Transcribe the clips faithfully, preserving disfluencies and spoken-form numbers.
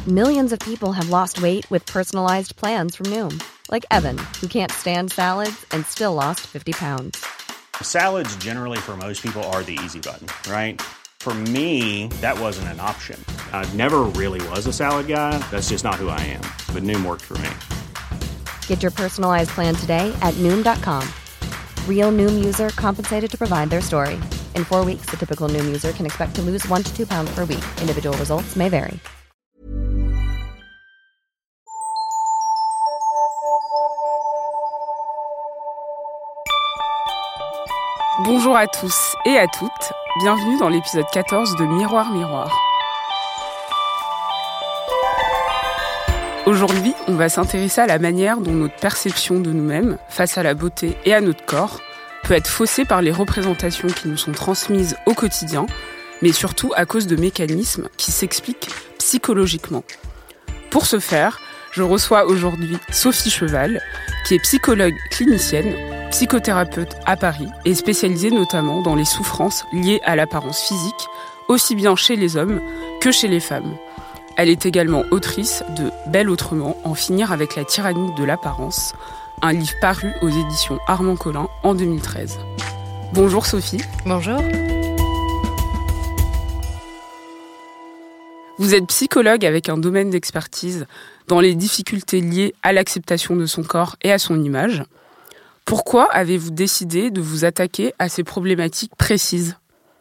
Millions of people have lost weight with personalized plans from Noom. Like Evan, who can't stand salads and still lost fifty pounds. Salads generally for most people are the easy button, right? For me, that wasn't an option. I never really was a salad guy. That's just not who I am. But Noom worked for me. Get your personalized plan today at Noom dot com. Real Noom user compensated to provide their story. In four weeks, the typical Noom user can expect to lose one to two pounds per week. Individual results may vary. Bonjour à tous et à toutes, bienvenue dans l'épisode quatorze de Miroir Miroir. Aujourd'hui, on va s'intéresser à la manière dont notre perception de nous-mêmes, face à la beauté et à notre corps, peut être faussée par les représentations qui nous sont transmises au quotidien, mais surtout à cause de mécanismes qui s'expliquent psychologiquement. Pour ce faire, je reçois aujourd'hui Sophie Cheval, qui est psychologue clinicienne, psychothérapeute à Paris et spécialisée notamment dans les souffrances liées à l'apparence physique, aussi bien chez les hommes que chez les femmes. Elle est également autrice de Belle autrement, en finir avec la tyrannie de l'apparence, un livre paru aux éditions Armand Collin en deux mille treize. Bonjour Sophie. Bonjour. Vous êtes psychologue avec un domaine d'expertise dans les difficultés liées à l'acceptation de son corps et à son image. Pourquoi avez-vous décidé de vous attaquer à ces problématiques précises ?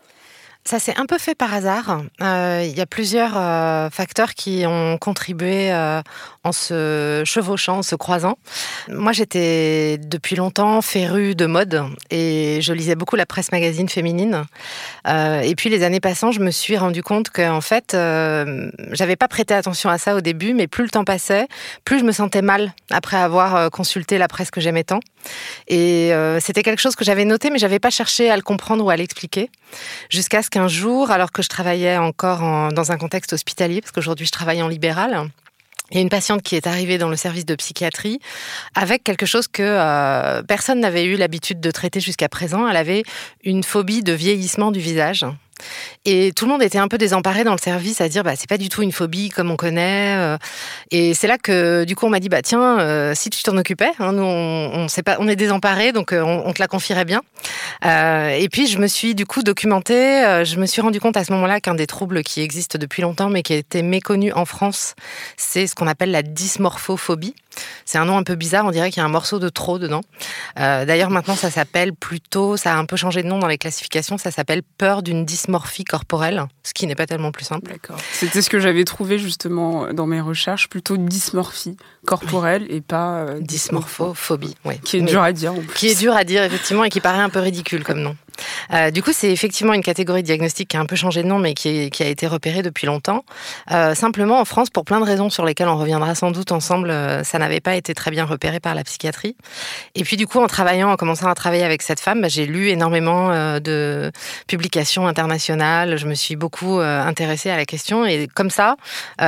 Ça s'est un peu fait par hasard. Euh, il y a plusieurs euh, facteurs qui ont contribué euh, en se chevauchant, en se croisant. Moi, j'étais depuis longtemps férue de mode et je lisais beaucoup la presse magazine féminine. Euh, et puis, les années passant, je me suis rendu compte qu'en fait, euh, j'avais pas prêté attention à ça au début, mais plus le temps passait, plus je me sentais mal après avoir consulté la presse que j'aimais tant. Et euh, c'était quelque chose que j'avais noté, mais j'avais pas cherché à le comprendre ou à l'expliquer. Jusqu'à ce qu'un jour, alors que je travaillais encore en, dans un contexte hospitalier, parce qu'aujourd'hui je travaille en libéral, il y a une patiente qui est arrivée dans le service de psychiatrie avec quelque chose que euh, personne n'avait eu l'habitude de traiter jusqu'à présent. Elle avait une phobie de vieillissement du visage. Et tout le monde était un peu désemparé dans le service à dire bah c'est pas du tout une phobie comme on connaît. Et c'est là que du coup on m'a dit bah tiens euh, si tu t'en occupais, hein, nous on, on sait pas, on est désemparés donc euh, on, on te la confierait bien. Euh, et puis je me suis du coup documentée. Euh, je me suis rendu compte à ce moment-là qu'un des troubles qui existent depuis longtemps mais qui a été méconnu en France, c'est ce qu'on appelle la dysmorphophobie. C'est un nom un peu bizarre, on dirait qu'il y a un morceau de trop dedans. Euh, d'ailleurs maintenant ça s'appelle plutôt, ça a un peu changé de nom dans les classifications, ça s'appelle peur d'une dysmorphie corporelle, ce qui n'est pas tellement plus simple. D'accord. C'était ce que j'avais trouvé justement dans mes recherches, plutôt dysmorphie corporelle et pas euh, dysmorphophobie. Oui. Qui est dur à dire en plus. Qui est dur à dire effectivement et qui paraît un peu ridicule comme nom. Euh, du coup, c'est effectivement une catégorie de diagnostic qui a un peu changé de nom, mais qui, est, qui a été repérée depuis longtemps. Euh, simplement, en France, pour plein de raisons sur lesquelles on reviendra sans doute ensemble, euh, ça n'avait pas été très bien repéré par la psychiatrie. Et puis, du coup, en travaillant, en commençant à travailler avec cette femme, bah, j'ai lu énormément euh, de publications internationales. Je me suis beaucoup euh, intéressée à la question. Et comme ça,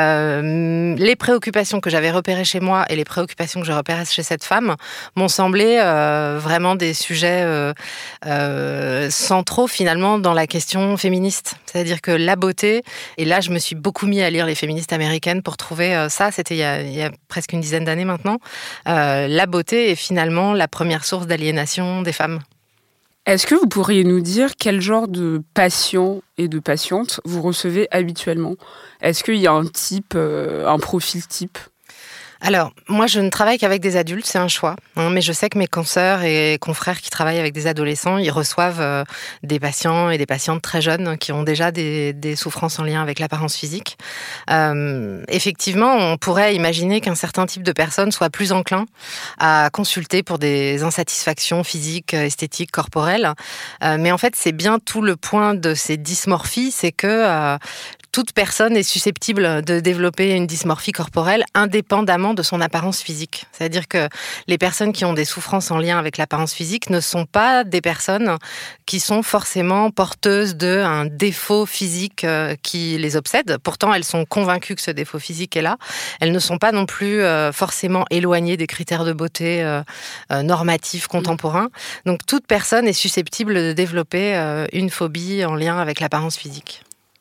euh, les préoccupations que j'avais repérées chez moi et les préoccupations que je repérais chez cette femme m'ont semblé euh, vraiment des sujets euh, euh, centraux finalement dans la question féministe. C'est-à-dire que la beauté, et là je me suis beaucoup mis à lire les féministes américaines pour trouver euh, ça, c'était il y, a, il y a presque une dizaine d'années maintenant, euh, la beauté est finalement la première source d'aliénation des femmes. Est-ce que vous pourriez nous dire quel genre de patients et de patientes vous recevez habituellement ? Est-ce qu'il y a un type, euh, un profil type ? Alors, moi, je ne travaille qu'avec des adultes, c'est un choix. Hein, mais je sais que mes consoeurs et confrères qui travaillent avec des adolescents, ils reçoivent euh, des patients et des patientes très jeunes qui ont déjà des, des souffrances en lien avec l'apparence physique. Euh, effectivement, on pourrait imaginer qu'un certain type de personnes soit plus enclin à consulter pour des insatisfactions physiques, esthétiques, corporelles. Euh, mais en fait, c'est bien tout le point de ces dysmorphies, c'est que euh, toute personne est susceptible de développer une dysmorphie corporelle indépendamment de son apparence physique. C'est-à-dire que les personnes qui ont des souffrances en lien avec l'apparence physique ne sont pas des personnes qui sont forcément porteuses d'un défaut physique qui les obsède. Pourtant, elles sont convaincues que ce défaut physique est là. Elles ne sont pas non plus forcément éloignées des critères de beauté normatifs contemporains. Donc, toute personne est susceptible de développer une phobie en lien avec l'apparence physique.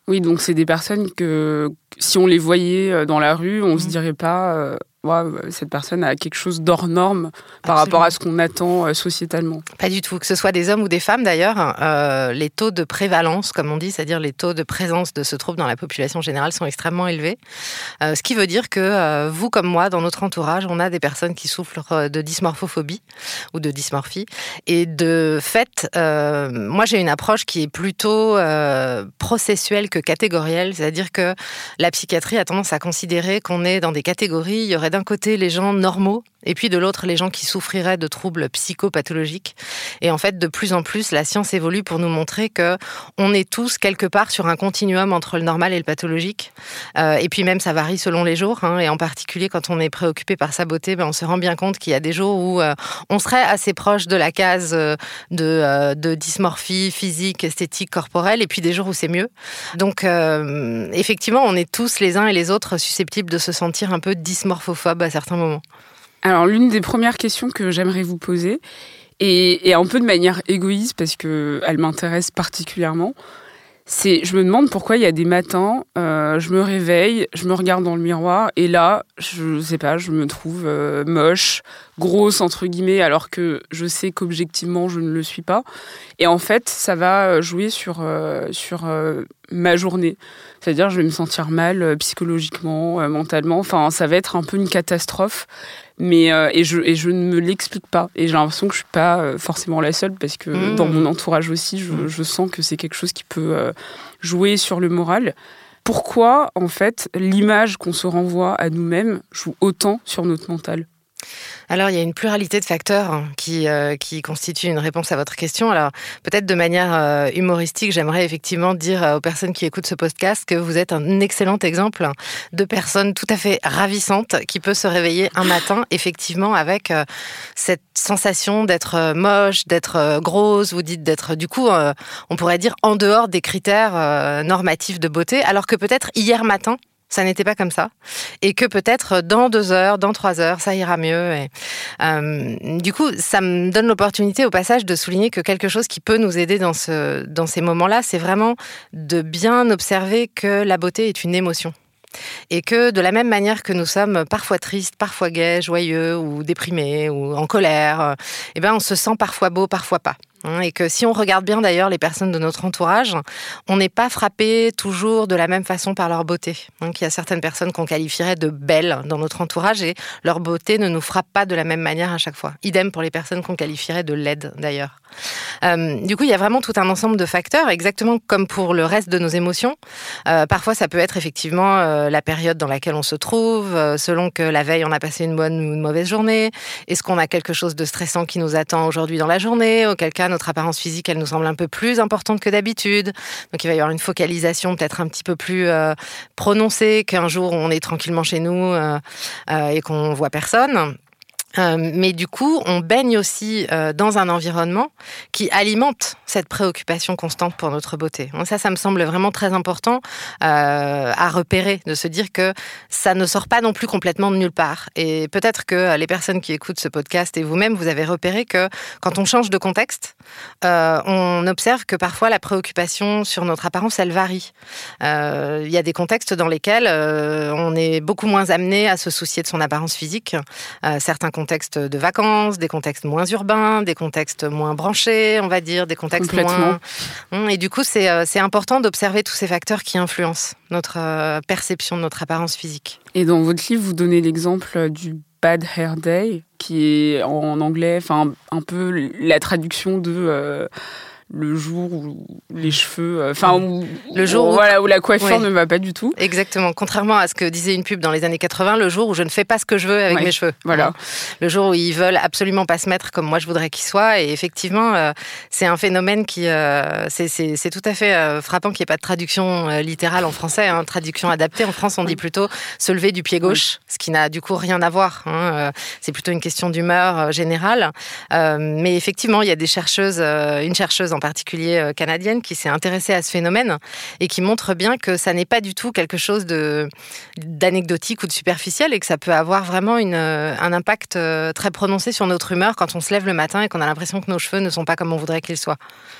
Oui, donc c'est des personnes que, si on les voyait dans la rue, on ne mmh. se dirait pas euh, ouais, cette personne a quelque chose d'hors norme par Absolument. Rapport à ce qu'on attend sociétalement. Pas du tout. Que ce soit des hommes ou des femmes d'ailleurs, euh, les taux de prévalence, comme on dit, c'est-à-dire les taux de présence de ce trouble dans la population générale sont extrêmement élevés. Euh, ce qui veut dire que euh, vous comme moi, dans notre entourage, on a des personnes qui souffrent de dysmorphophobie ou de dysmorphie. Et de fait, euh, moi j'ai une approche qui est plutôt euh, processuelle que catégorielle, c'est-à-dire que la psychiatrie a tendance à considérer qu'on est dans des catégories. Il y aurait d'un côté les gens normaux et puis de l'autre les gens qui souffriraient de troubles psychopathologiques. Et en fait, de plus en plus, la science évolue pour nous montrer que on est tous quelque part sur un continuum entre le normal et le pathologique. Euh, et puis même, ça varie selon les jours. Hein, et en particulier, quand on est préoccupé par sa beauté, ben, on se rend bien compte qu'il y a des jours où euh, on serait assez proche de la case euh, de, euh, de dysmorphie physique, esthétique, corporelle, et puis des jours où c'est mieux. Donc, euh, effectivement, on est tous les uns et les autres susceptibles de se sentir un peu dysmorphophobes à certains moments. Alors, l'une des premières questions que j'aimerais vous poser, et, et un peu de manière égoïste, parce qu'elle m'intéresse particulièrement, c'est, je me demande pourquoi il y a des matins, euh, je me réveille, je me regarde dans le miroir, et là, je sais pas, je me trouve euh, moche, grosse, entre guillemets, alors que je sais qu'objectivement, je ne le suis pas. Et en fait, ça va jouer sur, euh, sur euh, ma journée. C'est-à-dire, je vais me sentir mal euh, psychologiquement, euh, mentalement. Enfin, ça va être un peu une catastrophe. Mais, euh, et, je, et je ne me l'explique pas. Et j'ai l'impression que je ne suis pas euh, forcément la seule, parce que mmh. dans mon entourage aussi, je, mmh. je sens que c'est quelque chose qui peut euh, jouer sur le moral. Pourquoi, en fait, l'image qu'on se renvoie à nous-mêmes joue autant sur notre mental ? Alors, il y a une pluralité de facteurs qui, euh, qui constituent une réponse à votre question. Alors, peut-être de manière euh, humoristique, j'aimerais effectivement dire aux personnes qui écoutent ce podcast que vous êtes un excellent exemple de personne tout à fait ravissante qui peut se réveiller un matin, effectivement, avec euh, cette sensation d'être moche, d'être grosse, vous dites d'être, du coup, euh, on pourrait dire en dehors des critères euh, normatifs de beauté, alors que peut-être hier matin, ça n'était pas comme ça, et que peut-être dans deux heures, dans trois heures, ça ira mieux. Et, euh, du coup, ça me donne l'opportunité au passage de souligner que quelque chose qui peut nous aider dans, ce, dans ces moments-là, c'est vraiment de bien observer que la beauté est une émotion. Et que de la même manière que nous sommes parfois tristes, parfois gais, joyeux ou déprimés ou en colère, eh ben on se sent parfois beau, parfois pas. Et que si on regarde bien d'ailleurs les personnes de notre entourage, on n'est pas frappé toujours de la même façon par leur beauté. Donc il y a certaines personnes qu'on qualifierait de belles dans notre entourage et leur beauté ne nous frappe pas de la même manière à chaque fois. Idem pour les personnes qu'on qualifierait de laides d'ailleurs. Euh, du coup, il y a vraiment tout un ensemble de facteurs, exactement comme pour le reste de nos émotions. Euh, parfois, ça peut être effectivement euh, la période dans laquelle on se trouve, euh, selon que la veille on a passé une bonne ou une mauvaise journée. Est-ce qu'on a quelque chose de stressant qui nous attend aujourd'hui dans la journée ? Auquel cas, notre apparence physique, elle nous semble un peu plus importante que d'habitude. Donc, il va y avoir une focalisation peut-être un petit peu plus euh, prononcée qu'un jour où on est tranquillement chez nous euh, euh, et qu'on voit personne. Euh, mais du coup, on baigne aussi euh, dans un environnement qui alimente cette préoccupation constante pour notre beauté. Donc ça, ça me semble vraiment très important euh, à repérer, de se dire que ça ne sort pas non plus complètement de nulle part. Et peut-être que les personnes qui écoutent ce podcast et vous-même, vous avez repéré que quand on change de contexte, euh, on observe que parfois la préoccupation sur notre apparence, elle varie. Euh, il y a des contextes dans lesquels euh, on est beaucoup moins amené à se soucier de son apparence physique. Euh, certains contextes de vacances, des contextes moins urbains, des contextes moins branchés, on va dire, des contextes moins... Et du coup, c'est, c'est important d'observer tous ces facteurs qui influencent notre perception de notre apparence physique. Et dans votre livre, vous donnez l'exemple du Bad Hair Day, qui est en anglais, enfin un peu la traduction de... Euh, le jour où les cheveux, enfin euh, le jour où, voilà, où la coiffure ouais. ne va pas du tout. Exactement. Contrairement à ce que disait une pub dans les années quatre-vingts, le jour où je ne fais pas ce que je veux avec ouais. mes cheveux. Voilà. Le jour où ils veulent absolument pas se mettre comme moi je voudrais qu'ils soient. Et effectivement, euh, c'est un phénomène qui, euh, c'est, c'est, c'est tout à fait euh, frappant qu'il n'y ait pas de traduction euh, littérale en français. Hein, traduction adaptée. En France, on dit plutôt se lever du pied gauche, oui. ce qui n'a du coup rien à voir. Hein, euh, c'est plutôt une question d'humeur euh, générale. Euh, mais effectivement, il y a des chercheuses, euh, une chercheuse en particulier canadienne qui s'est intéressée à ce phénomène et qui montre bien que ça n'est pas du tout quelque chose de, d'anecdotique ou de superficiel et que ça peut avoir vraiment une, un impact très prononcé sur notre humeur quand on se lève le matin et qu'on a l'impression que nos cheveux ne sont pas comme on voudrait qu'ils soient.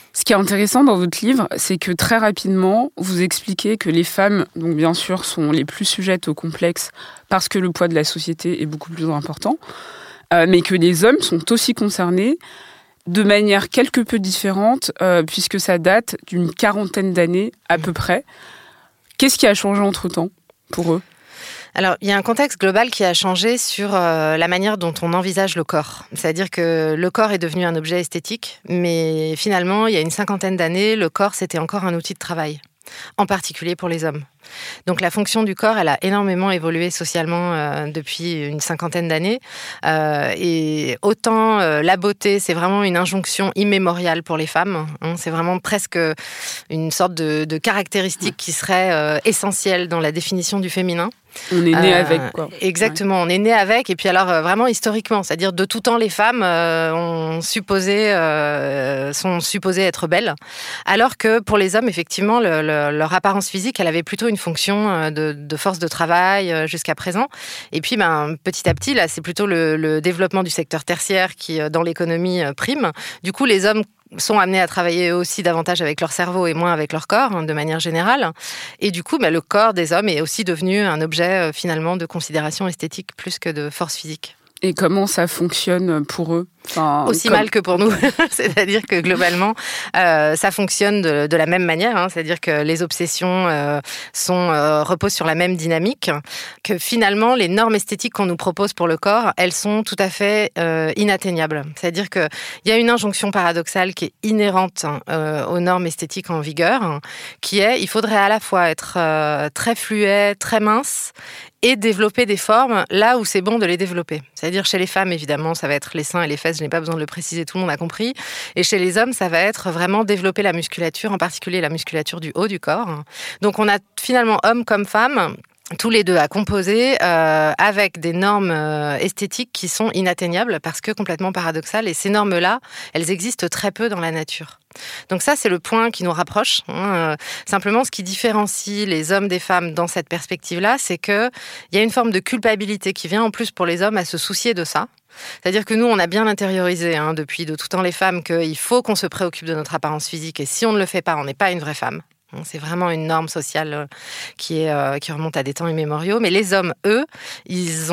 Ce qui est intéressant dans votre livre, c'est que très rapidement, vous expliquez que les femmes, donc bien sûr, sont les plus sujettes au complexe parce que le poids de la société est beaucoup plus important, euh, mais que les hommes sont aussi concernés de manière quelque peu différente, euh, puisque ça date d'une quarantaine d'années à peu près. Qu'est-ce qui a changé entre-temps pour eux ? Alors, il y a un contexte global qui a changé sur euh, la manière dont on envisage le corps. C'est-à-dire que le corps est devenu un objet esthétique, mais finalement, il y a une cinquantaine d'années, le corps, c'était encore un outil de travail, en particulier pour les hommes. Donc la fonction du corps, elle a énormément évolué socialement euh, depuis une cinquantaine d'années. Euh, et autant euh, la beauté, c'est vraiment une injonction immémoriale pour les femmes. Hein, c'est vraiment presque une sorte de, de caractéristique qui serait euh, essentielle dans la définition du féminin. On est né euh, avec, quoi. Exactement, ouais. On est né avec. Et puis alors, euh, vraiment historiquement, c'est-à-dire de tout temps, les femmes euh, ont supposé, euh, sont supposées être belles. Alors que pour les hommes, effectivement, le, le, leur apparence physique, elle avait plutôt une fonction de, de force de travail jusqu'à présent. Et puis, ben, petit à petit, là, c'est plutôt le, le développement du secteur tertiaire qui, dans l'économie, prime. Du coup, les hommes sont amenés à travailler aussi davantage avec leur cerveau et moins avec leur corps, hein, de manière générale. Et du coup, bah, le corps des hommes est aussi devenu un objet, euh, finalement, de considération esthétique plus que de force physique. Et comment ça fonctionne pour eux ? Enfin, Aussi comme... mal que pour nous. C'est-à-dire que globalement, euh, ça fonctionne de, de la même manière. Hein. C'est-à-dire que les obsessions euh, sont, euh, reposent sur la même dynamique. Que finalement, les normes esthétiques qu'on nous propose pour le corps, elles sont tout à fait euh, inatteignables. C'est-à-dire qu'il y a une injonction paradoxale qui est inhérente euh, aux normes esthétiques en vigueur, hein, qui est, il faudrait à la fois être euh, très fluet, très mince, et développer des formes là où c'est bon de les développer. C'est-à-dire chez les femmes, évidemment, ça va être les seins et les fesses, je n'ai pas besoin de le préciser, tout le monde a compris. Et chez les hommes, ça va être vraiment développer la musculature, en particulier la musculature du haut du corps. Donc on a finalement, hommes comme femmes, tous les deux à composer euh, avec des normes euh, esthétiques qui sont inatteignables parce que complètement paradoxales. Et ces normes-là, elles existent très peu dans la nature. Donc ça, c'est le point qui nous rapproche. Hein. Simplement, ce qui différencie les hommes des femmes dans cette perspective-là, c'est qu'il y a une forme de culpabilité qui vient en plus pour les hommes à se soucier de ça. C'est-à-dire que nous, on a bien intériorisé hein, depuis de tout temps les femmes qu'il faut qu'on se préoccupe de notre apparence physique et si on ne le fait pas, on n'est pas une vraie femme. C'est vraiment une norme sociale qui, est, euh, qui remonte à des temps immémoriaux. Mais les hommes, eux, ils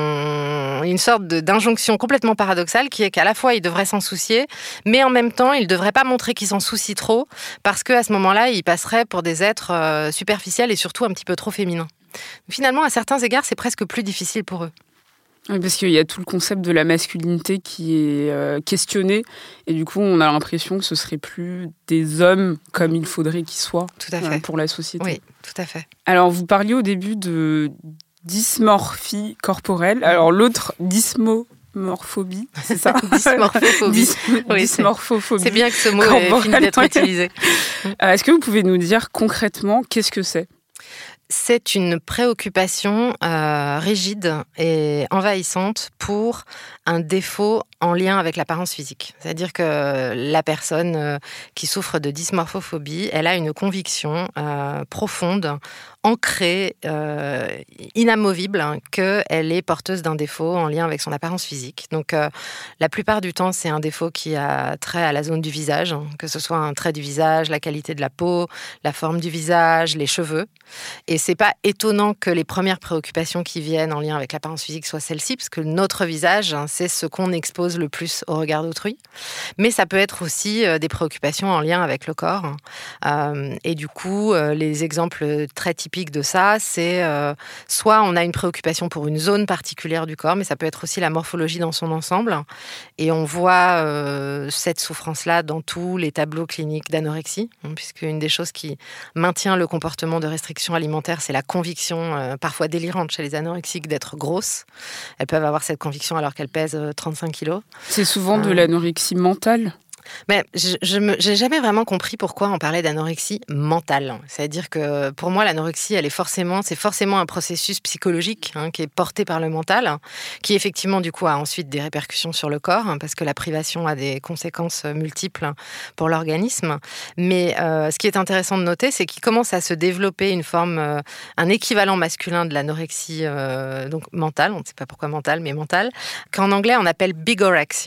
ont une sorte de, d'injonction complètement paradoxale qui est qu'à la fois, ils devraient s'en soucier, mais en même temps, ils ne devraient pas montrer qu'ils s'en soucient trop parce qu'à ce moment-là, ils passeraient pour des êtres euh, superficiels et surtout un petit peu trop féminins. Finalement, à certains égards, c'est presque plus difficile pour eux. Oui, parce qu'il y a tout le concept de la masculinité qui est euh, questionné et du coup on a l'impression que ce serait plus des hommes comme il faudrait qu'ils soient tout à fait. Euh, pour la société. Oui, tout à fait. Alors vous parliez au début de dysmorphie corporelle, alors l'autre dysmorphobie, c'est ça? Dysmorphophobie. Dys- oui, dysmorphophobie. C'est bien que ce mot ait fini d'être utilisé. Euh, est-ce que vous pouvez nous dire concrètement qu'est-ce que c'est? C'est une préoccupation euh, rigide et envahissante pour un défaut en lien avec l'apparence physique. C'est-à-dire que la personne euh, qui souffre de dysmorphophobie, elle a une conviction euh, profonde, ancrée, euh, inamovible, hein, qu'elle est porteuse d'un défaut en lien avec son apparence physique. Donc, euh, la plupart du temps, c'est un défaut qui a trait à la zone du visage, hein, que ce soit un trait du visage, la qualité de la peau, la forme du visage, les cheveux. Et c'est pas étonnant que les premières préoccupations qui viennent en lien avec l'apparence physique soient celles-ci, parce que notre visage, hein, c'est ce qu'on expose le plus au regard d'autrui. Mais ça peut être aussi euh, des préoccupations en lien avec le corps. Euh, et du coup, euh, les exemples très typiques de ça, c'est euh, soit on a une préoccupation pour une zone particulière du corps, mais ça peut être aussi la morphologie dans son ensemble. Et on voit euh, cette souffrance-là dans tous les tableaux cliniques d'anorexie, hein, puisque une des choses qui maintient le comportement de restriction alimentaire, c'est la conviction, euh, parfois délirante chez les anorexiques, d'être grosses. Elles peuvent avoir cette conviction alors qu'elles pèsent euh, trente-cinq kilos. C'est souvent de l'anorexie mentale. Mais je, je me, j'ai jamais vraiment compris pourquoi on parlait d'anorexie mentale. C'est-à-dire que pour moi, l'anorexie, elle est forcément, c'est forcément un processus psychologique hein, qui est porté par le mental, qui effectivement du coup a ensuite des répercussions sur le corps, hein, parce que la privation a des conséquences multiples pour l'organisme. Mais euh, ce qui est intéressant de noter, c'est qu'il commence à se développer une forme, euh, un équivalent masculin de l'anorexie euh, donc mentale. On ne sait pas pourquoi mentale, mais mentale, qu'en anglais on appelle bigorexia.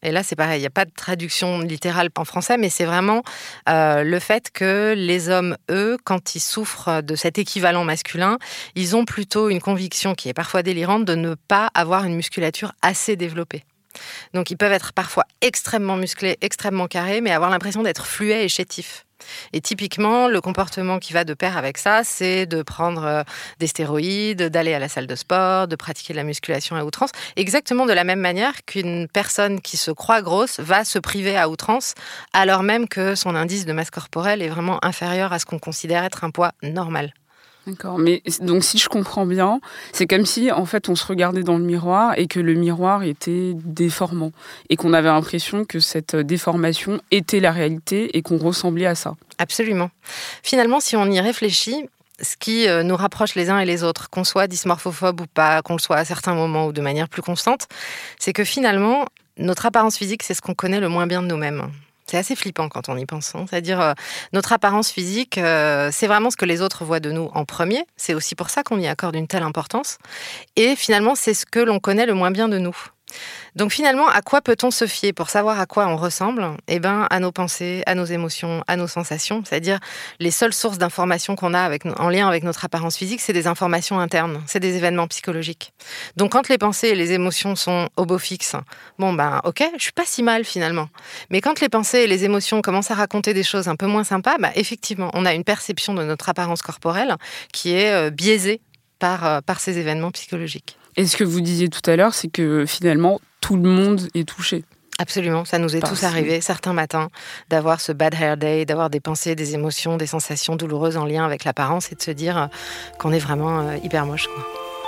Et là, c'est pareil, il n'y a pas de traduction littérale en français, mais c'est vraiment euh, le fait que les hommes, eux, quand ils souffrent de cet équivalent masculin, ils ont plutôt une conviction qui est parfois délirante de ne pas avoir une musculature assez développée. Donc, ils peuvent être parfois extrêmement musclés, extrêmement carrés, mais avoir l'impression d'être fluets et chétifs. Et typiquement, le comportement qui va de pair avec ça, c'est de prendre des stéroïdes, d'aller à la salle de sport, de pratiquer de la musculation à outrance, exactement de la même manière qu'une personne qui se croit grosse va se priver à outrance, alors même que son indice de masse corporelle est vraiment inférieur à ce qu'on considère être un poids normal. D'accord, mais donc si je comprends bien, c'est comme si en fait on se regardait dans le miroir et que le miroir était déformant et qu'on avait l'impression que cette déformation était la réalité et qu'on ressemblait à ça. Absolument. Finalement, si on y réfléchit, ce qui nous rapproche les uns et les autres, qu'on soit dysmorphophobe ou pas, qu'on le soit à certains moments ou de manière plus constante, c'est que finalement, notre apparence physique, c'est ce qu'on connaît le moins bien de nous-mêmes. C'est assez flippant quand on y pense. Hein. C'est-à-dire, euh, notre apparence physique, euh, c'est vraiment ce que les autres voient de nous en premier. C'est aussi pour ça qu'on y accorde une telle importance. Et finalement, c'est ce que l'on connaît le moins bien de nous. Donc finalement, à quoi peut-on se fier pour savoir à quoi on ressemble ? Eh bien, à nos pensées, à nos émotions, à nos sensations. C'est-à-dire, les seules sources d'informations qu'on a avec, en lien avec notre apparence physique, c'est des informations internes, c'est des événements psychologiques. Donc quand les pensées et les émotions sont au beau fixe, bon ben ok, je suis pas si mal finalement. Mais quand les pensées et les émotions commencent à raconter des choses un peu moins sympas, bah, effectivement, on a une perception de notre apparence corporelle qui est euh, biaisée par, euh, par ces événements psychologiques. Et ce que vous disiez tout à l'heure, c'est que finalement, tout le monde est touché. Absolument, ça nous est Parce... tous arrivé certains matins d'avoir ce bad hair day, d'avoir des pensées, des émotions, des sensations douloureuses en lien avec l'apparence et de se dire qu'on est vraiment euh, hyper moche, quoi.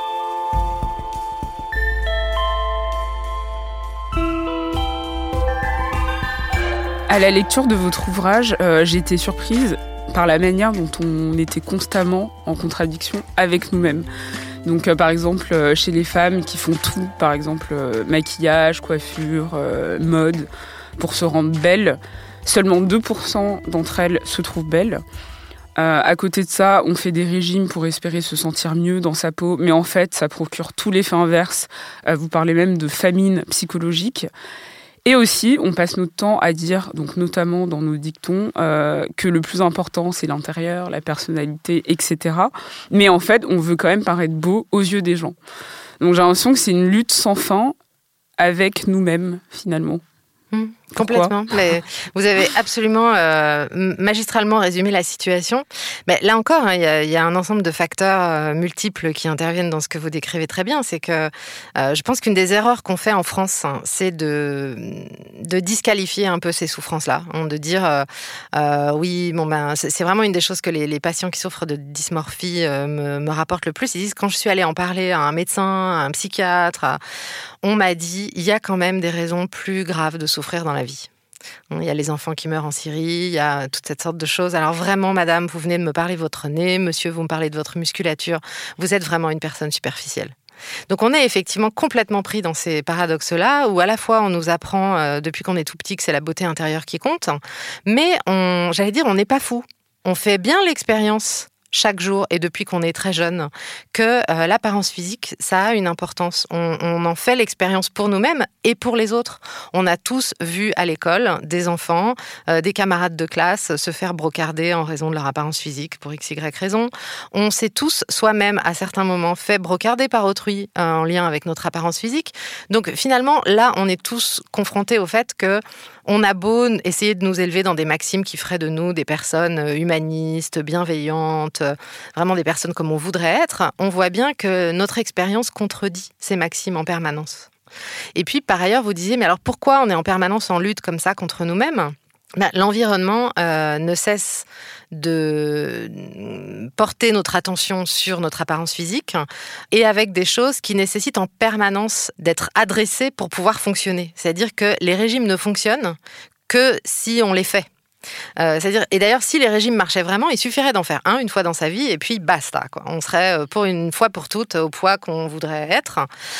À la lecture de votre ouvrage, euh, j'ai été surprise par la manière dont on était constamment en contradiction avec nous-mêmes. Donc, euh, par exemple, euh, chez les femmes qui font tout, par exemple, euh, maquillage, coiffure, euh, mode, pour se rendre belles, seulement deux pour cent d'entre elles se trouvent belles. Euh, à côté de ça, on fait des régimes pour espérer se sentir mieux dans sa peau, mais en fait, ça procure tout l'effet inverse. Euh, vous parlez même de famine psychologique. Et aussi, on passe notre temps à dire, donc notamment dans nos dictons, euh, que le plus important, c'est l'intérieur, la personnalité, et cetera. Mais en fait, on veut quand même paraître beau aux yeux des gens. Donc j'ai l'impression que c'est une lutte sans fin avec nous-mêmes, finalement. Mmh, complètement. Mais vous avez absolument euh, magistralement résumé la situation. Mais là encore, il hein, y, y a un ensemble de facteurs euh, multiples qui interviennent dans ce que vous décrivez très bien. C'est que euh, je pense qu'une des erreurs qu'on fait en France, hein, c'est de, de disqualifier un peu ces souffrances-là. Hein, de dire, euh, euh, oui, bon ben, c'est, c'est vraiment une des choses que les, les patients qui souffrent de dysmorphie euh, me, me rapportent le plus. Ils disent, quand je suis allée en parler à un médecin, à un psychiatre, à, on m'a dit, il y a quand même des raisons plus graves de souffrir dans la vie. Il y a les enfants qui meurent en Syrie, il y a toute cette sorte de choses. Alors vraiment, madame, vous venez de me parler de votre nez, monsieur, vous me parlez de votre musculature. Vous êtes vraiment une personne superficielle. Donc on est effectivement complètement pris dans ces paradoxes-là, où à la fois on nous apprend euh, depuis qu'on est tout petit que c'est la beauté intérieure qui compte, mais on, j'allais dire, on n'est pas fou. On fait bien l'expérience chaque jour et depuis qu'on est très jeune, que euh, l'apparence physique, ça a une importance. On, on en fait l'expérience pour nous-mêmes et pour les autres. On a tous vu à l'école des enfants, euh, des camarades de classe se faire brocarder en raison de leur apparence physique pour x, y raison. On s'est tous soi-même, à certains moments, fait brocarder par autrui euh, en lien avec notre apparence physique. Donc finalement, là, on est tous confrontés au fait que on a beau essayer de nous élever dans des maximes qui feraient de nous des personnes humanistes, bienveillantes, vraiment des personnes comme on voudrait être, on voit bien que notre expérience contredit ces maximes en permanence. Et puis, par ailleurs, vous disiez, mais alors pourquoi on est en permanence en lutte comme ça contre nous-mêmes ? Ben, l'environnement euh, ne cesse de porter notre attention sur notre apparence physique et avec des choses qui nécessitent en permanence d'être adressées pour pouvoir fonctionner. C'est-à-dire que les régimes ne fonctionnent que si on les fait. Euh, c'est-à-dire, et d'ailleurs, si les régimes marchaient vraiment, il suffirait d'en faire un une fois dans sa vie et puis basta, quoi. On serait pour une fois pour toutes au poids qu'on voudrait être.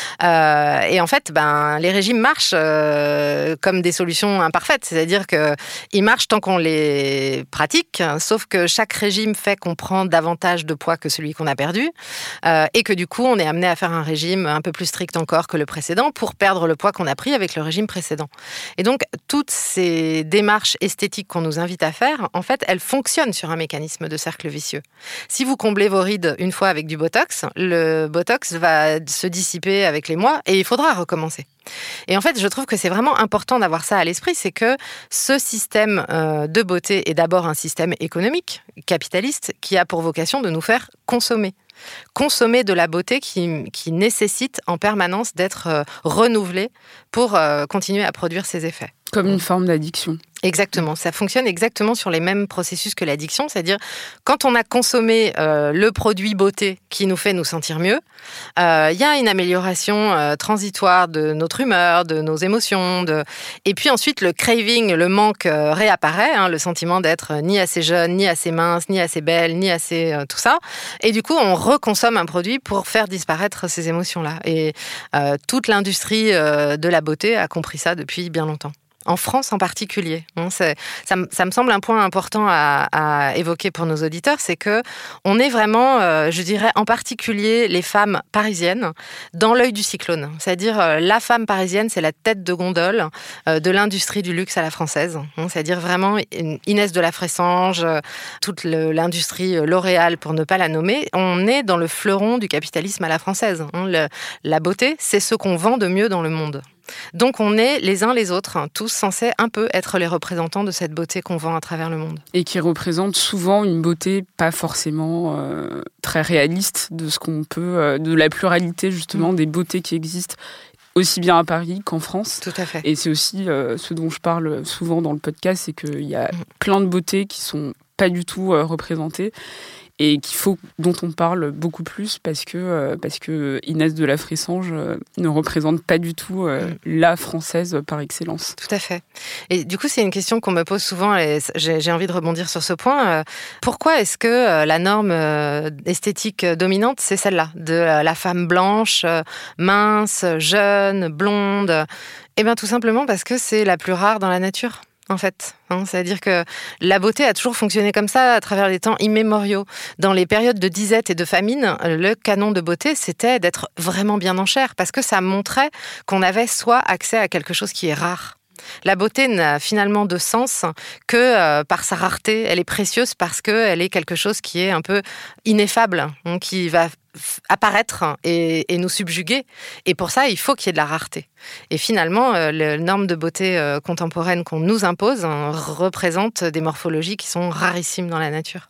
Euh, et en fait, ben, les régimes marchent euh, comme des solutions imparfaites, c'est-à-dire qu'ils marchent tant qu'on les pratique, sauf que chaque régime fait qu'on prend davantage de poids que celui qu'on a perdu euh, et que du coup, on est amené à faire un régime un peu plus strict encore que le précédent pour perdre le poids qu'on a pris avec le régime précédent. Et donc, toutes ces démarches esthétiques qu'on nous invite à faire, en fait, elles fonctionnent sur un mécanisme de cercle vicieux. Si vous comblez vos rides une fois avec du Botox, le Botox va se dissiper avec les mois et il faudra recommencer. Et en fait, je trouve que c'est vraiment important d'avoir ça à l'esprit, c'est que ce système euh, de beauté est d'abord un système économique, capitaliste, qui a pour vocation de nous faire consommer. Consommer de la beauté qui, qui nécessite en permanence d'être euh, renouvelée pour euh, continuer à produire ses effets. Comme une forme d'addiction. Exactement, ça fonctionne exactement sur les mêmes processus que l'addiction, c'est-à-dire quand on a consommé euh, le produit beauté qui nous fait nous sentir mieux, il euh, y a une amélioration euh, transitoire de notre humeur, de nos émotions, de... et puis ensuite le craving, le manque euh, réapparaît, hein, le sentiment d'être ni assez jeune, ni assez mince, ni assez belle, ni assez euh, tout ça, et du coup on reconsomme un produit pour faire disparaître ces émotions-là. Et euh, toute l'industrie euh, de la beauté a compris ça depuis bien longtemps. En France en particulier. C'est, ça, ça me semble un point important à, à évoquer pour nos auditeurs, c'est que on est vraiment, euh, je dirais, en particulier les femmes parisiennes, dans l'œil du cyclone. C'est-à-dire, euh, la femme parisienne, c'est la tête de gondole euh, de l'industrie du luxe à la française. C'est-à-dire vraiment Inès de la Fressange, euh, toute le, l'industrie L'Oréal, pour ne pas la nommer. On est dans le fleuron du capitalisme à la française. Le, la beauté, c'est ce qu'on vend de mieux dans le monde. Donc on est les uns les autres, hein, tous censés un peu être les représentants de cette beauté qu'on vend à travers le monde. Et qui représente souvent une beauté pas forcément euh, très réaliste de ce qu'on peut, euh, de la pluralité justement mmh. des beautés qui existent aussi bien à Paris qu'en France. Tout à fait. Et c'est aussi euh, ce dont je parle souvent dans le podcast, c'est qu'il y a mmh. plein de beautés qui sont pas du tout euh, représentées. Et qu'il faut, dont on parle beaucoup plus parce que, euh, parce que Inès de la Fressange euh, ne représente pas du tout euh, mmh. la française par excellence. Tout à fait. Et du coup, c'est une question qu'on me pose souvent et j'ai, j'ai envie de rebondir sur ce point. Euh, pourquoi est-ce que euh, la norme euh, esthétique dominante, c'est celle-là, de euh, la femme blanche, euh, mince, jeune, blonde ? Eh bien, tout simplement parce que c'est la plus rare dans la nature. En fait, hein, c'est-à-dire que la beauté a toujours fonctionné comme ça à travers les temps immémoriaux. Dans les périodes de disette et de famine, le canon de beauté, c'était d'être vraiment bien en chair, parce que ça montrait qu'on avait soit accès à quelque chose qui est rare. La beauté n'a finalement de sens que euh, par sa rareté. Elle est précieuse parce qu'elle est quelque chose qui est un peu ineffable, hein, qui va apparaître et, et nous subjuguer. Et pour ça, il faut qu'il y ait de la rareté. Et finalement, euh, les normes de beauté euh, contemporaines qu'on nous impose hein, représentent des morphologies qui sont rarissimes dans la nature.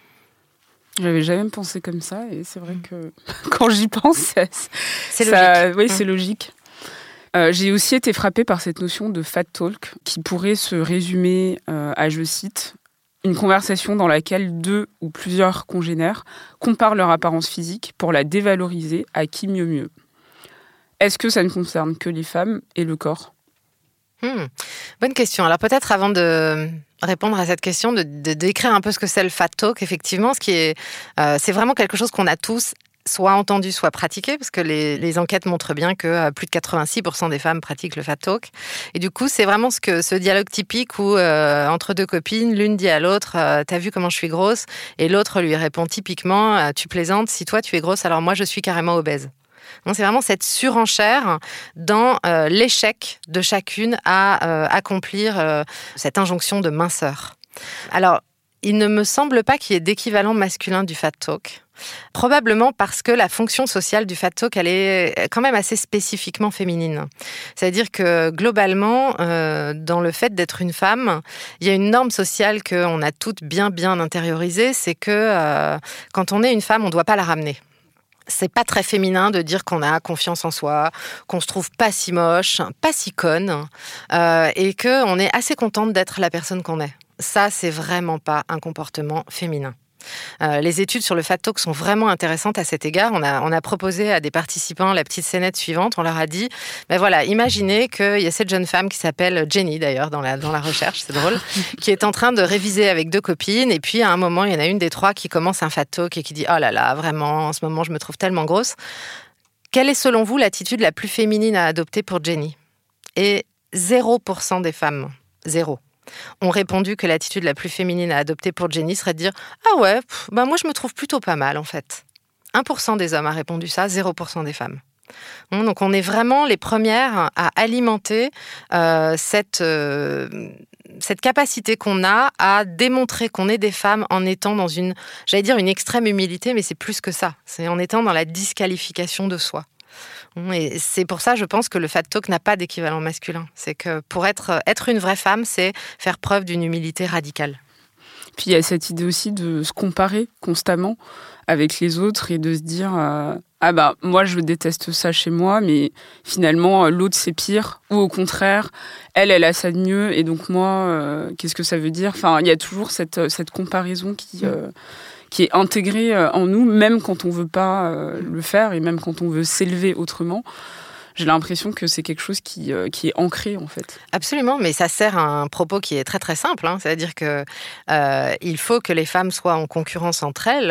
J'avais jamais pensé comme ça et c'est vrai que quand j'y pense, c'est, c'est ça, logique. Oui, c'est logique. Euh, j'ai aussi été frappée par cette notion de fat talk qui pourrait se résumer euh, à, je cite, une conversation dans laquelle deux ou plusieurs congénères comparent leur apparence physique pour la dévaloriser à qui mieux mieux. Est-ce que ça ne concerne que les femmes et le corps ? hmm. Bonne question. Alors peut-être avant de répondre à cette question, de, de décrire un peu ce que c'est le fat talk, effectivement, ce qui est, euh, c'est vraiment quelque chose qu'on a tous soit entendu, soit pratiqué, parce que les, les enquêtes montrent bien que plus de quatre-vingt-six pour cent des femmes pratiquent le fat talk. Et du coup, c'est vraiment ce, que, ce dialogue typique où, euh, entre deux copines, l'une dit à l'autre euh, « T'as vu comment je suis grosse ?» Et l'autre lui répond typiquement « Tu plaisantes, si toi tu es grosse, alors moi je suis carrément obèse. » Donc, c'est vraiment cette surenchère dans euh, l'échec de chacune à euh, accomplir euh, cette injonction de minceur. Alors, il ne me semble pas qu'il y ait d'équivalent masculin du fat talk. Probablement parce que la fonction sociale du fat talk, elle est quand même assez spécifiquement féminine. C'est-à-dire que globalement, euh, dans le fait d'être une femme, il y a une norme sociale qu'on a toutes bien bien intériorisée, c'est que euh, quand on est une femme, on ne doit pas la ramener. C'est pas très féminin de dire qu'on a confiance en soi, qu'on se trouve pas si moche, pas si conne, euh, et qu'on est assez contente d'être la personne qu'on est. Ça, c'est vraiment pas un comportement féminin. Euh, les études sur le fat talk sont vraiment intéressantes à cet égard. On a, on a proposé à des participants la petite scénette suivante. On leur a dit, ben voilà, imaginez qu'il y a cette jeune femme qui s'appelle Jenny, d'ailleurs, dans la, dans la recherche, c'est drôle, qui est en train de réviser avec deux copines. Et puis, à un moment, il y en a une des trois qui commence un fat talk et qui dit « Oh là là, vraiment, en ce moment, je me trouve tellement grosse. » Quelle est, selon vous, l'attitude la plus féminine à adopter pour Jenny ? Et zéro pour cent des femmes, zéro, ont répondu que l'attitude la plus féminine à adopter pour Jenny serait de dire « Ah ouais, pff, bah moi je me trouve plutôt pas mal en fait ». un pour cent des hommes a répondu ça, zéro pour cent des femmes. Donc on est vraiment les premières à alimenter euh, cette, euh, cette capacité qu'on a à démontrer qu'on est des femmes en étant dans une, j'allais dire une extrême humilité, mais c'est plus que ça. C'est en étant dans la disqualification de soi. Et c'est pour ça, je pense que le fat talk n'a pas d'équivalent masculin. C'est que pour être, être une vraie femme, c'est faire preuve d'une humilité radicale. Puis il y a cette idée aussi de se comparer constamment avec les autres et de se dire euh, ah bah moi je déteste ça chez moi, mais finalement l'autre c'est pire, ou au contraire elle elle a ça de mieux et donc moi euh, qu'est-ce que ça veut dire ? Enfin il y a toujours cette cette comparaison qui euh, qui est intégrée en nous, même quand on veut pas euh, le faire et même quand on veut s'élever autrement. J'ai l'impression que c'est quelque chose qui, euh, qui est ancré, en fait. Absolument, mais ça sert à un propos qui est très très simple. Hein, c'est-à-dire que euh, il faut que les femmes soient en concurrence entre elles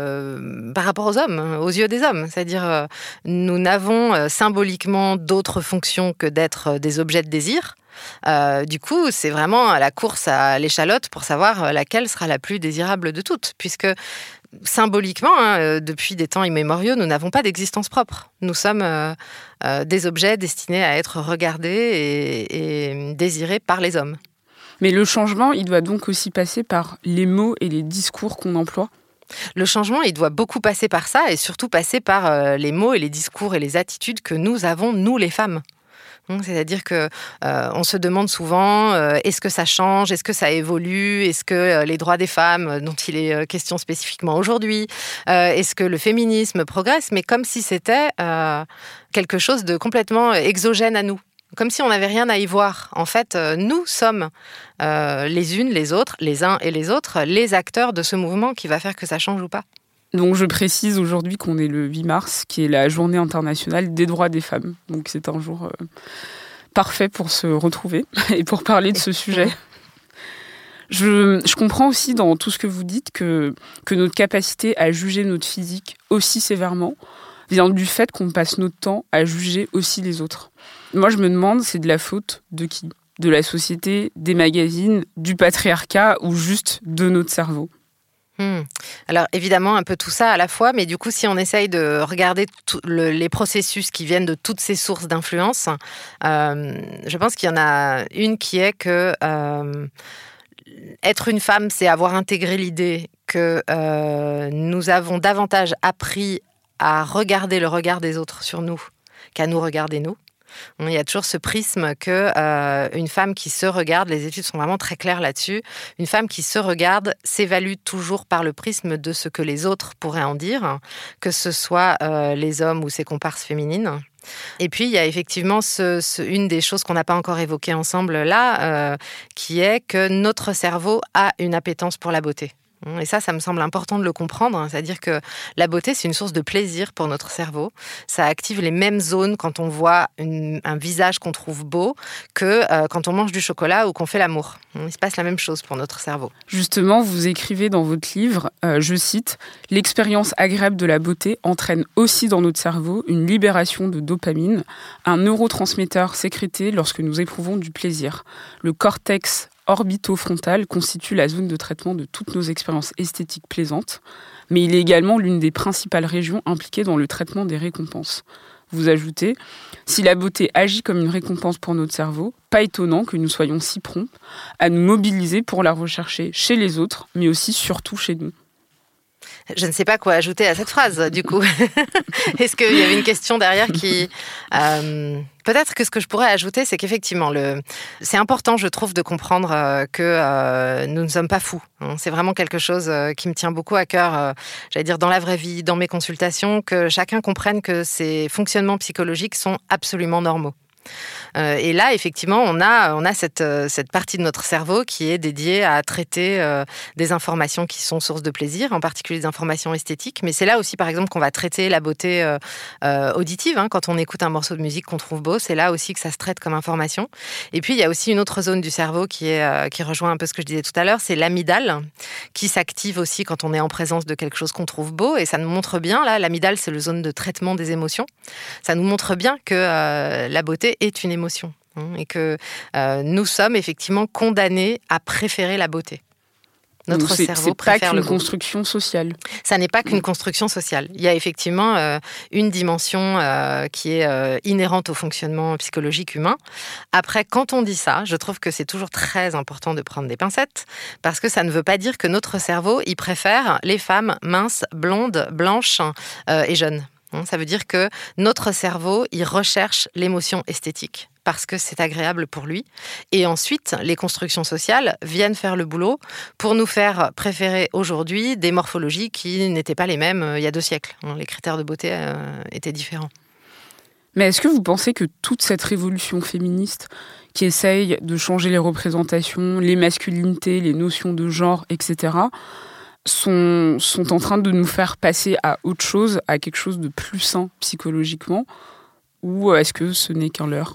euh, par rapport aux hommes, aux yeux des hommes. C'est-à-dire euh, nous n'avons euh, symboliquement d'autres fonctions que d'être des objets de désir. Euh, du coup, c'est vraiment la course à l'échalote pour savoir laquelle sera la plus désirable de toutes, puisque symboliquement, hein, depuis des temps immémoriaux, nous n'avons pas d'existence propre. Nous sommes euh, euh, des objets destinés à être regardés et, et désirés par les hommes. Mais le changement, il doit donc aussi passer par les mots et les discours qu'on emploie. Le changement, il doit beaucoup passer par ça et surtout passer par euh, les mots et les discours et les attitudes que nous avons, nous les femmes. C'est-à-dire que euh, on se demande souvent euh, est-ce que ça change, est-ce que ça évolue, est-ce que euh, les droits des femmes dont il est euh, question spécifiquement aujourd'hui, euh, est-ce que le féminisme progresse, mais comme si c'était euh, quelque chose de complètement exogène à nous. Comme si on n'avait rien à y voir. En fait, euh, nous sommes euh, les unes, les autres, les uns et les autres, les acteurs de ce mouvement qui va faire que ça change ou pas. Donc je précise aujourd'hui qu'on est le huit mars, qui est la journée internationale des droits des femmes. Donc c'est un jour euh, parfait pour se retrouver et pour parler de ce sujet. Je, je comprends aussi dans tout ce que vous dites que, que notre capacité à juger notre physique aussi sévèrement vient du fait qu'on passe notre temps à juger aussi les autres. Moi je me demande, c'est de la faute de qui ? De la société, des magazines, du patriarcat ou juste de notre cerveau ? Hmm. Alors évidemment un peu tout ça à la fois, mais du coup si on essaye de regarder tout le, les processus qui viennent de toutes ces sources d'influence, euh, je pense qu'il y en a une qui est que euh, être une femme, c'est avoir intégré l'idée que euh, nous avons davantage appris à regarder le regard des autres sur nous qu'à nous regarder nous. Il y a toujours ce prisme que euh, une femme qui se regarde, les études sont vraiment très claires là-dessus, une femme qui se regarde s'évalue toujours par le prisme de ce que les autres pourraient en dire, que ce soit euh, les hommes ou ses comparses féminines. Et puis, il y a effectivement ce, ce, une des choses qu'on n'a pas encore évoquées ensemble là, euh, qui est que notre cerveau a une appétence pour la beauté. Et ça, ça me semble important de le comprendre. C'est-à-dire que la beauté, c'est une source de plaisir pour notre cerveau. Ça active les mêmes zones quand on voit une, un visage qu'on trouve beau que euh, quand on mange du chocolat ou qu'on fait l'amour. Il se passe la même chose pour notre cerveau. Justement, vous écrivez dans votre livre, euh, je cite, « L'expérience agréable de la beauté entraîne aussi dans notre cerveau une libération de dopamine, un neurotransmetteur sécrété lorsque nous éprouvons du plaisir. Le cortex orbitofrontal constitue la zone de traitement de toutes nos expériences esthétiques plaisantes, mais il est également l'une des principales régions impliquées dans le traitement des récompenses. » Vous ajoutez « Si la beauté agit comme une récompense pour notre cerveau, pas étonnant que nous soyons si prompts à nous mobiliser pour la rechercher chez les autres, mais aussi surtout chez nous. » Je ne sais pas quoi ajouter à cette phrase, du coup. Est-ce qu'il y avait une question derrière qui... Euh, peut-être que ce que je pourrais ajouter, c'est qu'effectivement, le... c'est important, je trouve, de comprendre euh, que euh, nous ne sommes pas fous. Hein. C'est vraiment quelque chose euh, qui me tient beaucoup à cœur, euh, j'allais dire, dans la vraie vie, dans mes consultations, que chacun comprenne que ces fonctionnements psychologiques sont absolument normaux. Euh, et là, effectivement, on a, on a cette, cette partie de notre cerveau qui est dédiée à traiter euh, des informations qui sont sources de plaisir, en particulier des informations esthétiques. Mais c'est là aussi, par exemple, qu'on va traiter la beauté euh, euh, auditive. Hein. Quand on écoute un morceau de musique qu'on trouve beau, c'est là aussi que ça se traite comme information. Et puis, il y a aussi une autre zone du cerveau qui, est, euh, qui rejoint un peu ce que je disais tout à l'heure, c'est l'amygdale, qui s'active aussi quand on est en présence de quelque chose qu'on trouve beau. Et ça nous montre bien, là, l'amygdale, c'est le zone de traitement des émotions. Ça nous montre bien que euh, la beauté est une émotion hein, et que euh, nous sommes effectivement condamnés à préférer la beauté. Notre Donc c'est, cerveau c'est préfère pas le qu'une goût. construction sociale. Ça n'est pas qu'une construction sociale. Il y a effectivement euh, une dimension euh, qui est euh, inhérente au fonctionnement psychologique humain. Après, quand on dit ça, je trouve que c'est toujours très important de prendre des pincettes parce que ça ne veut pas dire que notre cerveau, il préfère les femmes minces, blondes, blanches euh, et jeunes. Ça veut dire que notre cerveau, il recherche l'émotion esthétique parce que c'est agréable pour lui. Et ensuite, les constructions sociales viennent faire le boulot pour nous faire préférer aujourd'hui des morphologies qui n'étaient pas les mêmes il y a deux siècles. Les critères de beauté euh, étaient différents. Mais est-ce que vous pensez que toute cette révolution féministe qui essaye de changer les représentations, les masculinités, les notions de genre, et cetera, sont, sont en train de nous faire passer à autre chose, à quelque chose de plus sain psychologiquement, ou est-ce que ce n'est qu'un leurre ?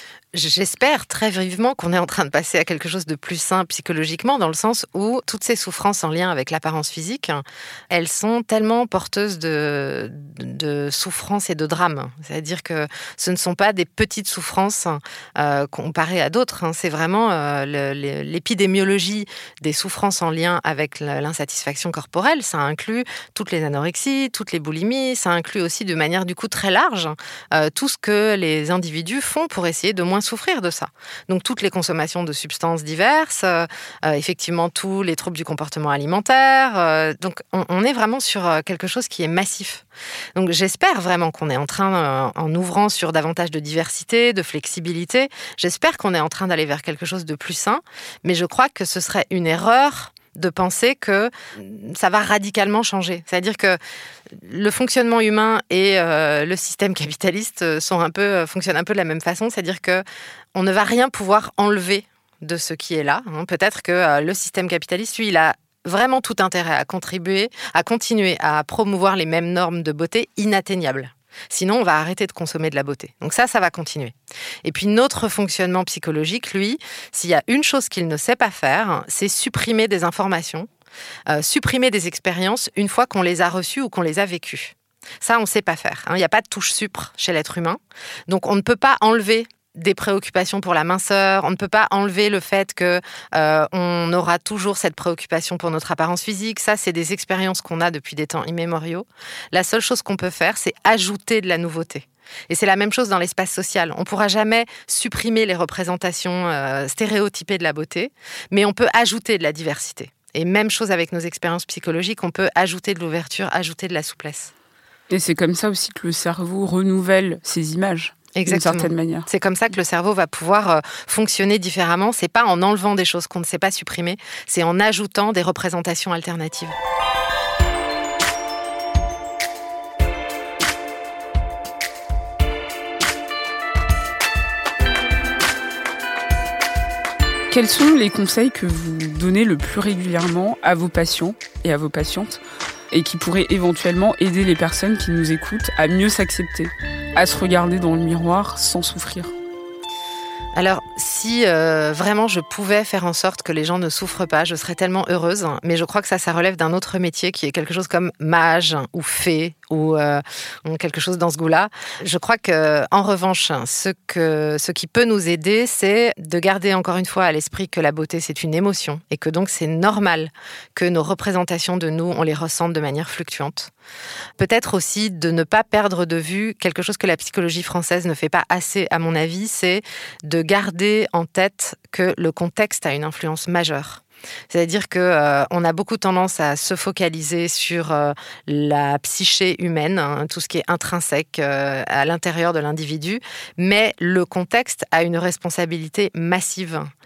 J'espère très vivement qu'on est en train de passer à quelque chose de plus sain psychologiquement, dans le sens où toutes ces souffrances en lien avec l'apparence physique, elles sont tellement porteuses de, de souffrances et de drames. C'est-à-dire que ce ne sont pas des petites souffrances euh, comparées à d'autres. Hein. C'est vraiment euh, le, l'épidémiologie des souffrances en lien avec l'insatisfaction corporelle. Ça inclut toutes les anorexies, toutes les boulimies. Ça inclut aussi de manière du coup très large euh, tout ce que les individus font pour essayer de moins souffrir de ça. Donc toutes les consommations de substances diverses, euh, effectivement tous les troubles du comportement alimentaire. Euh, donc on, on est vraiment sur quelque chose qui est massif. Donc j'espère vraiment qu'on est en train, euh, en ouvrant sur davantage de diversité, de flexibilité, j'espère qu'on est en train d'aller vers quelque chose de plus sain, mais je crois que ce serait une erreur de penser que ça va radicalement changer. C'est-à-dire que le fonctionnement humain et euh, le système capitaliste sont un peu, fonctionnent un peu de la même façon. C'est-à-dire qu'on ne va rien pouvoir enlever de ce qui est là. Peut-être que euh, le système capitaliste, lui, il a vraiment tout intérêt à contribuer, à continuer à promouvoir les mêmes normes de beauté inatteignables. Sinon, on va arrêter de consommer de la beauté. Donc ça, ça va continuer. Et puis, notre fonctionnement psychologique, lui, s'il y a une chose qu'il ne sait pas faire, c'est supprimer des informations, euh, supprimer des expériences une fois qu'on les a reçues ou qu'on les a vécues. Ça, on ne sait pas faire. Hein. Il n'y a pas de touche supre chez l'être humain. Donc, on ne peut pas enlever des préoccupations pour la minceur, on ne peut pas enlever le fait que euh, on aura toujours cette préoccupation pour notre apparence physique. Ça, c'est des expériences qu'on a depuis des temps immémoriaux. La seule chose qu'on peut faire, c'est ajouter de la nouveauté. Et c'est la même chose dans l'espace social. On ne pourra jamais supprimer les représentations euh, stéréotypées de la beauté, mais on peut ajouter de la diversité. Et même chose avec nos expériences psychologiques, on peut ajouter de l'ouverture, ajouter de la souplesse. Et c'est comme ça aussi que le cerveau renouvelle ses images. Exactement. D'une certaine manière. C'est comme ça que le cerveau va pouvoir euh, fonctionner différemment. C'est pas en enlevant des choses qu'on ne sait pas supprimer, c'est en ajoutant des représentations alternatives. Quels sont les conseils que vous donnez le plus régulièrement à vos patients et à vos patientes et qui pourraient éventuellement aider les personnes qui nous écoutent à mieux s'accepter, à se regarder dans le miroir sans souffrir? Alors, si euh, vraiment je pouvais faire en sorte que les gens ne souffrent pas, je serais tellement heureuse. Mais je crois que ça, ça relève d'un autre métier qui est quelque chose comme mage ou fée ou euh, quelque chose dans ce goût-là. Je crois que, en revanche, ce, que, ce qui peut nous aider, c'est de garder encore une fois à l'esprit que la beauté, c'est une émotion et que donc c'est normal que nos représentations de nous, on les ressente de manière fluctuante. Peut-être aussi de ne pas perdre de vue quelque chose que la psychologie française ne fait pas assez, à mon avis, c'est de garder en tête que le contexte a une influence majeure. C'est-à-dire qu'on euh, a beaucoup tendance à se focaliser sur euh, la psyché humaine, hein, tout ce qui est intrinsèque euh, à l'intérieur de l'individu, mais le contexte a une responsabilité massive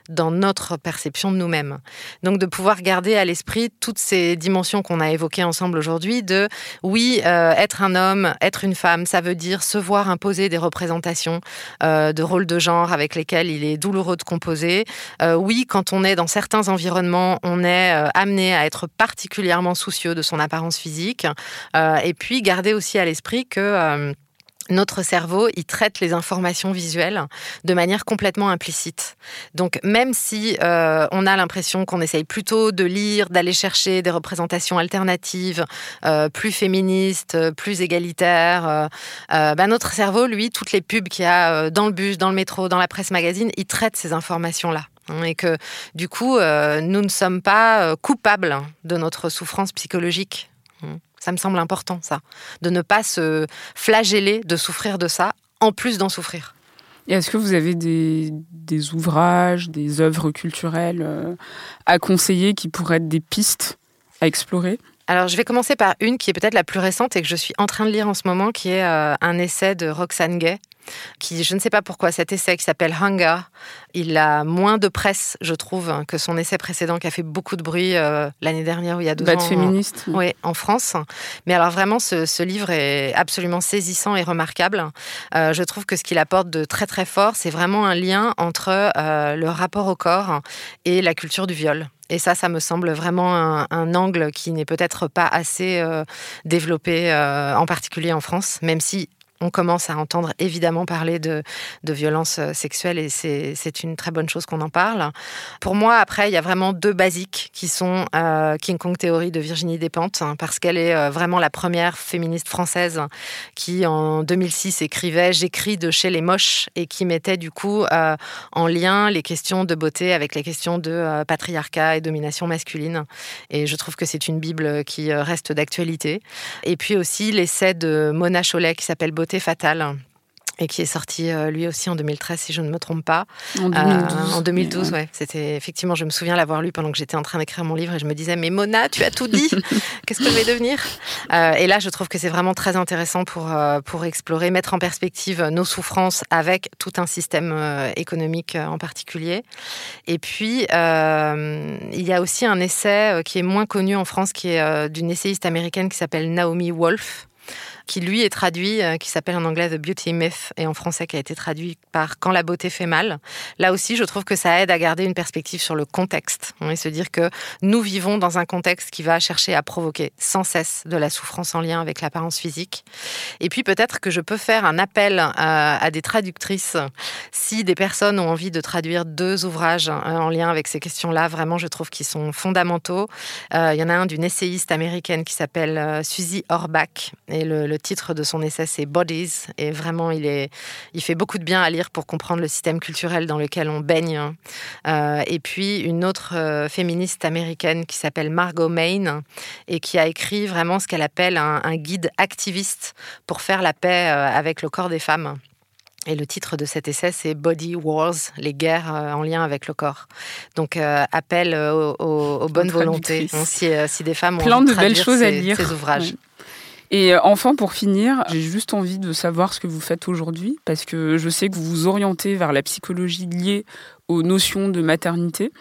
dans notre perception de nous-mêmes. Donc de pouvoir garder à l'esprit toutes ces dimensions qu'on a évoquées ensemble aujourd'hui de, oui, euh, être un homme, être une femme, ça veut dire se voir imposer des représentations euh, de rôles de genre avec lesquels il est douloureux de composer. Euh, oui, quand on est dans certains environnements, on est euh, amené à être particulièrement soucieux de son apparence physique. Euh, et puis garder aussi à l'esprit que... Euh, Notre cerveau, il traite les informations visuelles de manière complètement implicite. Donc, même si euh, on a l'impression qu'on essaye plutôt de lire, d'aller chercher des représentations alternatives, euh, plus féministes, plus égalitaires, euh, euh, ben notre cerveau, lui, toutes les pubs qu'il y a dans le bus, dans le métro, dans la presse magazine, il traite ces informations-là. Et que, du coup, euh, nous ne sommes pas coupables de notre souffrance psychologique. Ça me semble important, ça, de ne pas se flageller, de souffrir de ça, en plus d'en souffrir. Et est-ce que vous avez des, des ouvrages, des œuvres culturelles euh, à conseiller qui pourraient être des pistes à explorer ? Alors, je vais commencer par une qui est peut-être la plus récente et que je suis en train de lire en ce moment, qui est euh, un essai de Roxane Gay, qui, je ne sais pas pourquoi, cet essai qui s'appelle Hunger, il a moins de presse, je trouve, que son essai précédent qui a fait beaucoup de bruit euh, l'année dernière ou il y a deux Bad ans. féministe. En, oui, en France. Mais alors vraiment, ce, ce livre est absolument saisissant et remarquable. Euh, je trouve que ce qu'il apporte de très très fort, c'est vraiment un lien entre euh, le rapport au corps et la culture du viol. Et ça, ça me semble vraiment un, un angle qui n'est peut-être pas assez euh, développé, euh, en particulier en France, même si on commence à entendre évidemment parler de, de violences sexuelles et c'est, c'est une très bonne chose qu'on en parle. Pour moi, après, il y a vraiment deux basiques qui sont euh, King Kong Theory de Virginie Despentes, hein, parce qu'elle est euh, vraiment la première féministe française qui, en deux mille six, écrivait « J'écris de chez les moches » et qui mettait du coup euh, en lien les questions de beauté avec les questions de euh, patriarcat et domination masculine. Et je trouve que c'est une bible qui reste d'actualité. Et puis aussi l'essai de Mona Chollet qui s'appelle « Beauté fatale » et qui est sorti euh, lui aussi en deux mille treize, si je ne me trompe pas. En deux mille douze. Euh, en deux mille douze, ouais. ouais. C'était effectivement, je me souviens l'avoir lu pendant que j'étais en train d'écrire mon livre et je me disais, mais Mona, tu as tout dit. Qu'est-ce que je vais devenir ? euh, Et là, je trouve que c'est vraiment très intéressant pour euh, pour explorer, mettre en perspective nos souffrances avec tout un système euh, économique euh, en particulier. Et puis, euh, il y a aussi un essai euh, qui est moins connu en France, qui est euh, d'une essayiste américaine qui s'appelle Naomi Wolf, qui lui est traduit, euh, qui s'appelle en anglais The Beauty Myth, et en français qui a été traduit par Quand la beauté fait mal. Là aussi, je trouve que ça aide à garder une perspective sur le contexte, hein, et se dire que nous vivons dans un contexte qui va chercher à provoquer sans cesse de la souffrance en lien avec l'apparence physique. Et puis peut-être que je peux faire un appel à, à des traductrices, si des personnes ont envie de traduire deux ouvrages hein, en lien avec ces questions-là, vraiment je trouve qu'ils sont fondamentaux. Euh, il y en a un d'une essayiste américaine qui s'appelle euh, Susie Orbach, et le, le titre de son essai, c'est Bodies. Et vraiment, il, est, il fait beaucoup de bien à lire pour comprendre le système culturel dans lequel on baigne. Euh, et puis, une autre euh, féministe américaine qui s'appelle Margot Main et qui a écrit vraiment ce qu'elle appelle un, un guide activiste pour faire la paix euh, avec le corps des femmes. Et le titre de cet essai, c'est Body Wars, les guerres euh, en lien avec le corps. Donc, euh, appel euh, aux, aux bonnes volontés. Hein, si, euh, si des femmes ont plein envie de de belles traduire choses ces, à lire. ces ouvrages. Ouais. Et enfin, pour finir, j'ai juste envie de savoir ce que vous faites aujourd'hui, parce que je sais que vous vous orientez vers la psychologie liée aux notions de maternité.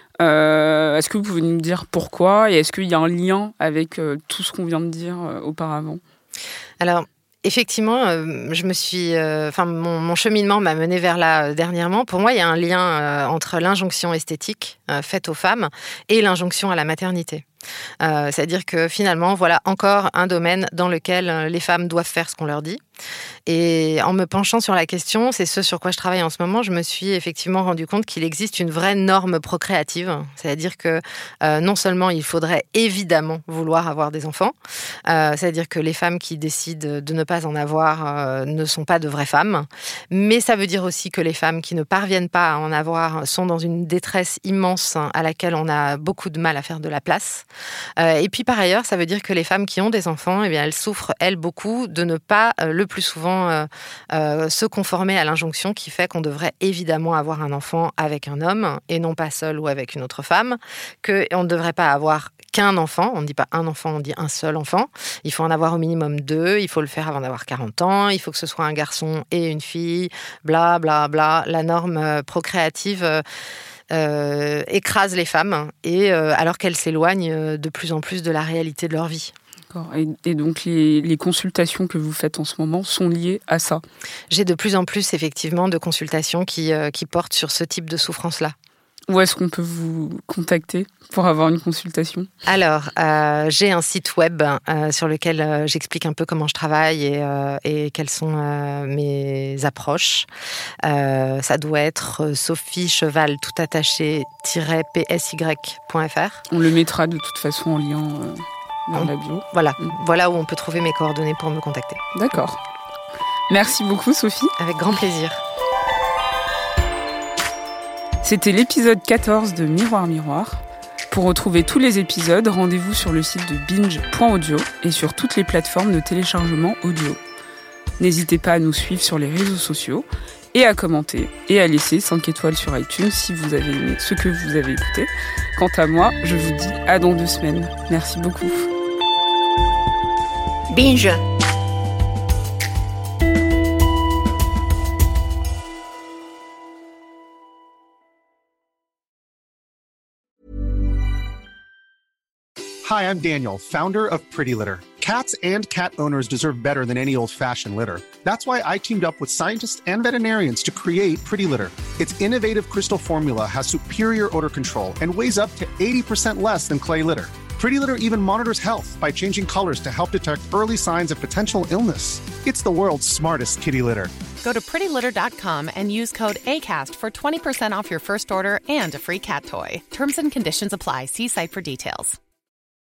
Euh, est-ce que vous pouvez nous dire pourquoi et est-ce qu'il y a un lien avec euh, tout ce qu'on vient de dire euh, auparavant ? Alors, effectivement, euh, je me suis, euh, enfin, mon, mon cheminement m'a mené vers là euh, dernièrement. Pour moi, il y a un lien euh, entre l'injonction esthétique euh, faite aux femmes et l'injonction à la maternité. Euh, c'est-à-dire que finalement, voilà encore un domaine dans lequel les femmes doivent faire ce qu'on leur dit. Et en me penchant sur la question, c'est ce sur quoi je travaille en ce moment, je me suis effectivement rendu compte qu'il existe une vraie norme procréative. C'est-à-dire que euh, non seulement il faudrait évidemment vouloir avoir des enfants, euh, c'est-à-dire que les femmes qui décident de ne pas en avoir euh, ne sont pas de vraies femmes, mais ça veut dire aussi que les femmes qui ne parviennent pas à en avoir sont dans une détresse immense à laquelle on a beaucoup de mal à faire de la place. Euh, et puis par ailleurs, ça veut dire que les femmes qui ont des enfants, eh bien, elles souffrent, elles, beaucoup de ne pas euh, le le plus souvent euh, euh, se conformer à l'injonction qui fait qu'on devrait évidemment avoir un enfant avec un homme et non pas seul ou avec une autre femme, qu'on ne devrait pas avoir qu'un enfant, on ne dit pas un enfant, on dit un seul enfant. Il faut en avoir au minimum deux, il faut le faire avant d'avoir quarante ans, il faut que ce soit un garçon et une fille, bla bla bla. La norme procréative euh, euh, écrase les femmes, et, euh, alors qu'elles s'éloignent de plus en plus de la réalité de leur vie. Et, et donc les, les consultations que vous faites en ce moment sont liées à ça? J'ai de plus en plus effectivement de consultations qui, euh, qui portent sur ce type de souffrance-là. Où est-ce qu'on peut vous contacter pour avoir une consultation? Alors, euh, j'ai un site web euh, sur lequel euh, j'explique un peu comment je travaille et, euh, et quelles sont euh, mes approches. Euh, ça doit être sophie cheval tout attaché p s y point f r. On le mettra de toute façon en lien euh, dans on, la bio. Voilà, mmh. voilà où on peut trouver mes coordonnées pour me contacter. D'accord. Merci beaucoup, Sophie. Avec grand plaisir. C'était l'épisode quatorze de Miroir Miroir. Pour retrouver tous les épisodes, rendez-vous sur le site de binge point audio et sur toutes les plateformes de téléchargement audio. N'hésitez pas à nous suivre sur les réseaux sociaux et à commenter et à laisser cinq étoiles sur iTunes si vous avez aimé ce que vous avez écouté. Quant à moi, je vous dis à dans deux semaines. Merci beaucoup. Binge. Hi, I'm Daniel, founder of Pretty Litter. Cats and cat owners deserve better than any old-fashioned litter. That's why I teamed up with scientists and veterinarians to create Pretty Litter. Its innovative crystal formula has superior odor control and weighs up to eighty percent less than clay litter. Pretty Litter even monitors health by changing colors to help detect early signs of potential illness. It's the world's smartest kitty litter. Go to pretty litter dot com and use code ACAST for twenty percent off your first order and a free cat toy. Terms and conditions apply. See site for details.